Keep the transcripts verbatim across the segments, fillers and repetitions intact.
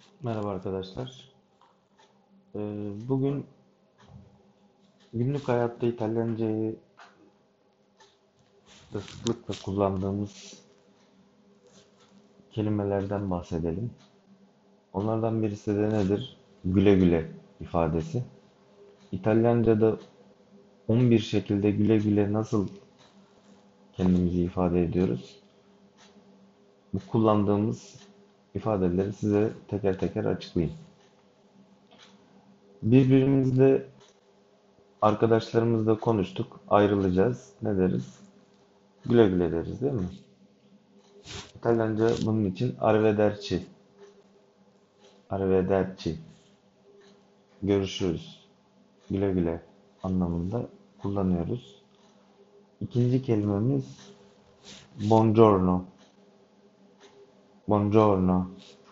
Merhaba arkadaşlar. Ee, Bugün günlük hayatta İtalyancayı da sıklıkla kullandığımız kelimelerden bahsedelim. Onlardan birisi de nedir? Güle güle ifadesi. İtalyanca'da on bir şekilde güle güle nasıl kendimizi ifade ediyoruz? Bu kullandığımız ifadeleri size teker teker açıklayayım. Birbirimizle, arkadaşlarımızla konuştuk, ayrılacağız. Ne deriz? Güle güle deriz, değil mi? İtalyanca bunun için arrivederci, arrivederci, görüşürüz, güle güle anlamında kullanıyoruz. İkinci kelimemiz buongiorno, buongiorno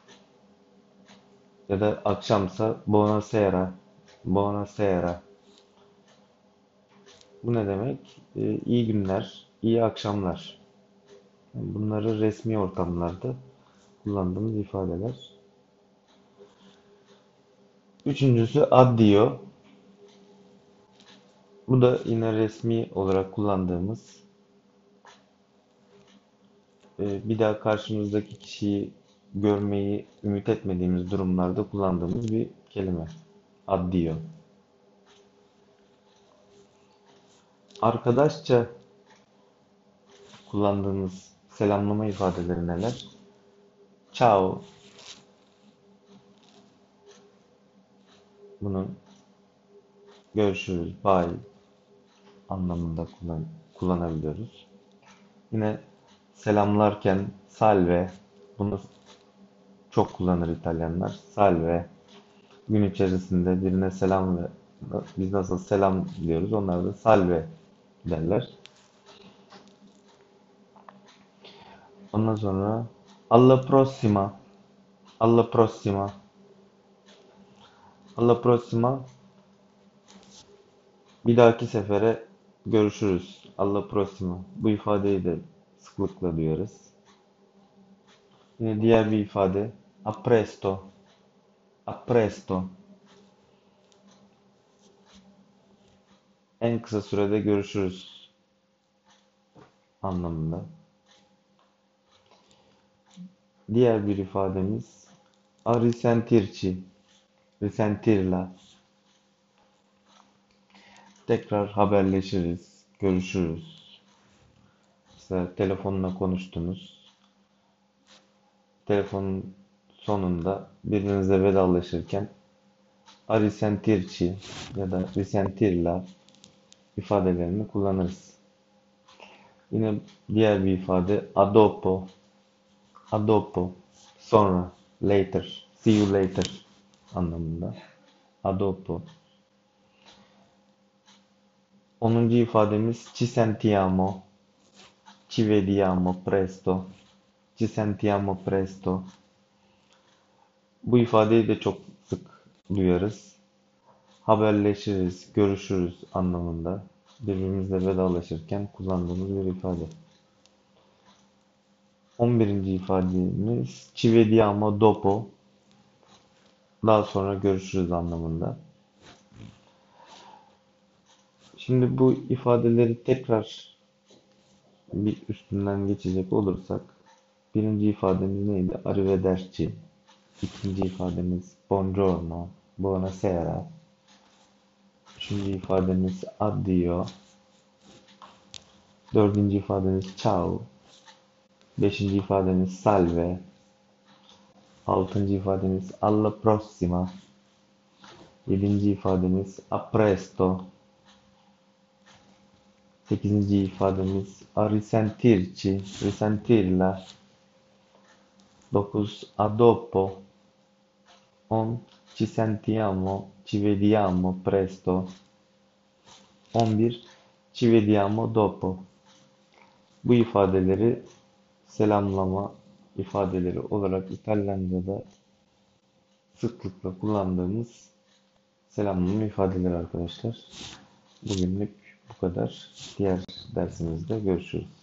ya da akşamsa buonasera, buonasera. Bu ne demek? Ee, iyi günler, iyi akşamlar. Yani bunları resmi ortamlarda kullandığımız ifadeler. Üçüncüsü addio. Bu da yine resmi olarak kullandığımız, e, bir daha karşımızdaki kişiyi görmeyi ümit etmediğimiz durumlarda kullandığımız bir kelime. Addio. Arkadaşça kullandığımız selamlama ifadeleri neler? Ciao. Bunu görüşürüz, bye anlamında kullan kullanabiliyoruz. Yine selamlarken salve. Bunu çok kullanır İtalyanlar. Salve. Gün içerisinde birine selam ve biz nasıl selam diyoruz, onlar da salve derler. Ondan sonra alla prossima, alla prossima, alla prossima, bir dahaki sefere görüşürüz. Alla prossima. Bu ifadeyi de sıklıkla duyarız. Yine diğer bir ifade a presto, a presto. En kısa sürede görüşürüz anlamında. Diğer bir ifademiz a risentirci, risentirla. Tekrar haberleşiriz, görüşürüz. Mesela telefonla konuştunuz. Telefonun sonunda birbirinize vedalaşırken a risentirci ya da risentirla ifadelerini kullanırız. Yine diğer bir ifade a dopo, a dopo, sonra, later, see you later anlamında. A dopo. Onuncu ifademiz ci sentiamo, ci vediamo presto, ci sentiamo presto. Bu ifadeyi de çok sık duyarız. Haberleşiriz, görüşürüz anlamında birbirimizle vedalaşırken kullandığımız bir ifade. On birinci ifademiz ci vediamo dopo, daha sonra görüşürüz anlamında. Şimdi bu ifadeleri tekrar bir üstünden geçecek olursak, birinci ifademiz neydi? Arrivederci. İkinci ifademiz buongiorno, buonasera. Üçüncü ifademiz addio. Dördüncü ifademiz ciao. Beşinci ifademiz salve. Altıncı ifademiz alla prossima. Yedinci ifademiz a presto. Sekizinci ifademiz a risentirci, risentirla. Dokuz a dopo. On ci sentiamo, ci vediamo presto. On bir ci vediamo dopo. Bu ifadeleri selamlama ifadeleri olarak İtalyanca'da sıklıkla kullandığımız selamlama ifadeleri arkadaşlar. Bugünlük bu kadar. Diğer dersimizde görüşürüz.